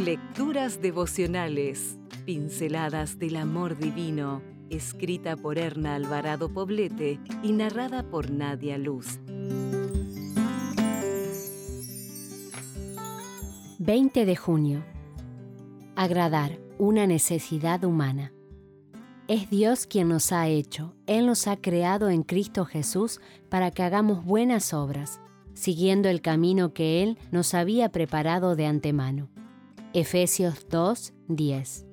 Lecturas devocionales, pinceladas del amor divino, escrita por Erna Alvarado Poblete y narrada por Nadia Luz. 20 de junio. Agradar, una necesidad humana. Es Dios quien nos ha hecho. Él nos ha creado en Cristo Jesús para que hagamos buenas obras, siguiendo el camino que Él nos había preparado de antemano. Efesios 2:10.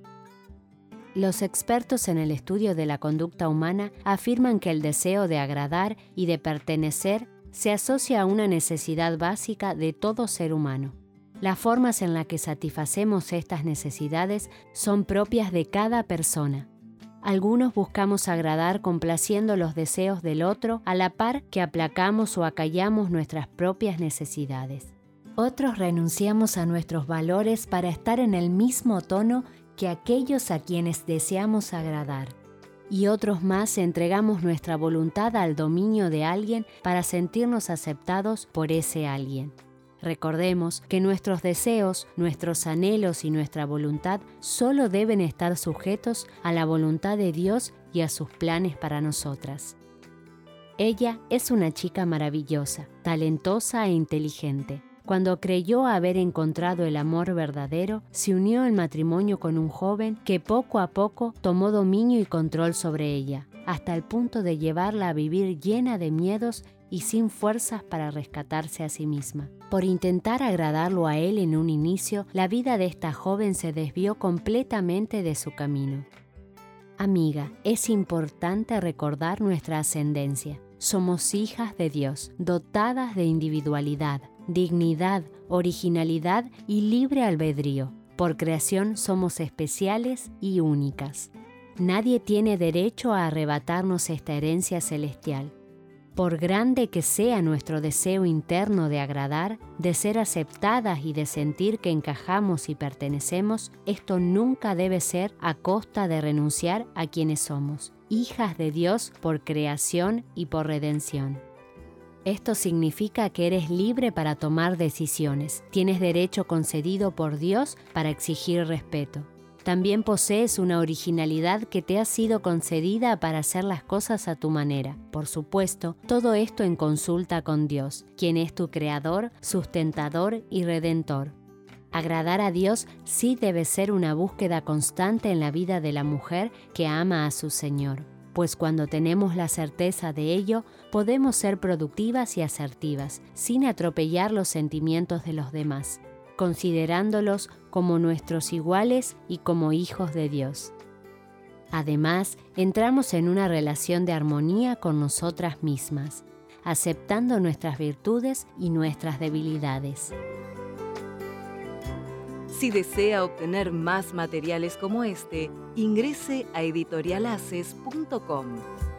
Los expertos en el estudio de la conducta humana afirman que el deseo de agradar y de pertenecer se asocia a una necesidad básica de todo ser humano. Las formas en las que satisfacemos estas necesidades son propias de cada persona. Algunos buscamos agradar complaciendo los deseos del otro a la par que aplacamos o acallamos nuestras propias necesidades. Otros renunciamos a nuestros valores para estar en el mismo tono que aquellos a quienes deseamos agradar. Y otros más entregamos nuestra voluntad al dominio de alguien para sentirnos aceptados por ese alguien. Recordemos que nuestros deseos, nuestros anhelos y nuestra voluntad solo deben estar sujetos a la voluntad de Dios y a sus planes para nosotras. Ella es una chica maravillosa, talentosa e inteligente. Cuando creyó haber encontrado el amor verdadero, se unió en matrimonio con un joven que poco a poco tomó dominio y control sobre ella, hasta el punto de llevarla a vivir llena de miedos y sin fuerzas para rescatarse a sí misma. Por intentar agradarlo a él en un inicio, la vida de esta joven se desvió completamente de su camino. Amiga, es importante recordar nuestra ascendencia. Somos hijas de Dios, dotadas de individualidad, dignidad, originalidad y libre albedrío. Por creación somos especiales y únicas. Nadie tiene derecho a arrebatarnos esta herencia celestial. Por grande que sea nuestro deseo interno de agradar, de ser aceptadas y de sentir que encajamos y pertenecemos, esto nunca debe ser a costa de renunciar a quienes somos, hijas de Dios por creación y por redención. Esto significa que eres libre para tomar decisiones, tienes derecho concedido por Dios para exigir respeto. También posees una originalidad que te ha sido concedida para hacer las cosas a tu manera. Por supuesto, todo esto en consulta con Dios, quien es tu creador, sustentador y redentor. Agradar a Dios sí debe ser una búsqueda constante en la vida de la mujer que ama a su Señor, pues cuando tenemos la certeza de ello, podemos ser productivas y asertivas, sin atropellar los sentimientos de los demás, considerándolos como nuestros iguales y como hijos de Dios. Además, entramos en una relación de armonía con nosotras mismas, aceptando nuestras virtudes y nuestras debilidades. Si desea obtener más materiales como este, ingrese a editorialaces.com.